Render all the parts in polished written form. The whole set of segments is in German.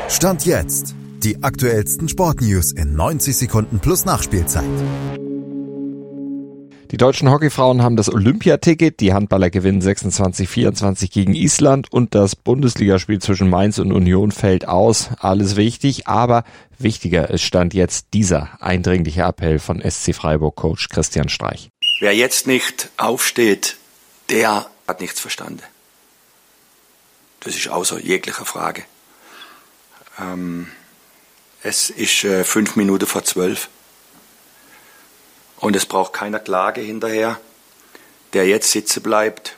Stand jetzt. Die aktuellsten Sportnews in 90 Sekunden plus Nachspielzeit. Die deutschen Hockeyfrauen haben das Olympiaticket, die Handballer gewinnen 26-24 gegen Island und das Bundesligaspiel zwischen Mainz und Union fällt aus. Alles wichtig, aber wichtiger ist Stand jetzt dieser eindringliche Appell von SC Freiburg-Coach Christian Streich. Wer jetzt nicht aufsteht, der hat nichts verstanden. Das ist außer jeglicher Frage. Es ist 5 Minuten vor 12. Und es braucht keiner Klage hinterher, der jetzt sitzen bleibt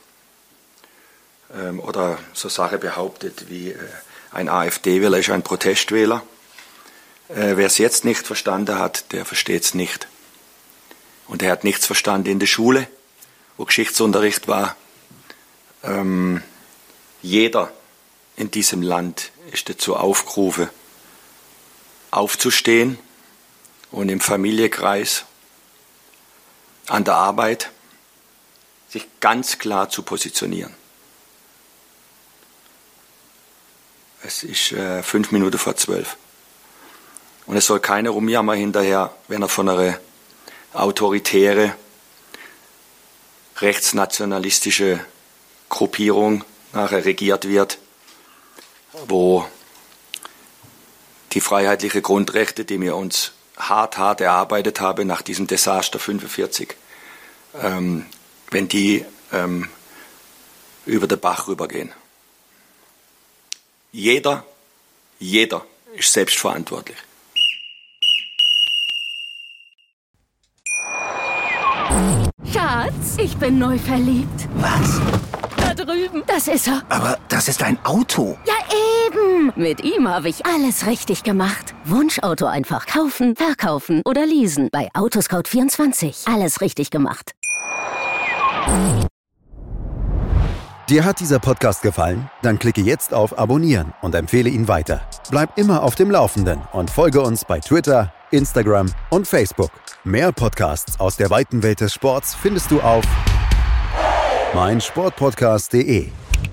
oder so Sache behauptet wie ein AfD-Wähler ist ein Protestwähler. Wer es jetzt nicht verstanden hat, der versteht es nicht. Und er hat nichts verstanden in der Schule, wo Geschichtsunterricht war. Jeder in diesem Land ist dazu aufgerufen, aufzustehen und im Familienkreis, an der Arbeit, sich ganz klar zu positionieren. Es ist 5 Minuten vor 12. Und es soll keiner rumjammern hinterher, wenn er von einer autoritäre, rechtsnationalistische Gruppierung nachher regiert wird, wo die freiheitlichen Grundrechte, die wir uns hart erarbeitet haben nach diesem Desaster 45, wenn die über den Bach rübergehen. Jeder ist selbstverantwortlich. Schatz, ich bin neu verliebt. Was? Da drüben. Das ist er. Aber das ist ein Auto. Ja, eben. Mit ihm habe ich alles richtig gemacht. Wunschauto einfach kaufen, verkaufen oder leasen. Bei Autoscout24. Alles richtig gemacht. Dir hat dieser Podcast gefallen? Dann klicke jetzt auf Abonnieren und empfehle ihn weiter. Bleib immer auf dem Laufenden und folge uns bei Twitter, Instagram und Facebook. Mehr Podcasts aus der weiten Welt des Sports findest du auf meinsportpodcast.de.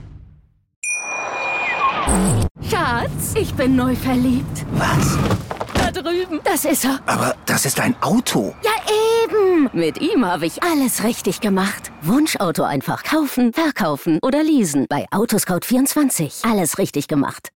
Schatz, ich bin neu verliebt. Was? Da drüben. Das ist er. Aber das ist ein Auto. Ja, eben. Mit ihm habe ich alles richtig gemacht. Wunschauto einfach kaufen, verkaufen oder leasen. Bei Autoscout24. Alles richtig gemacht.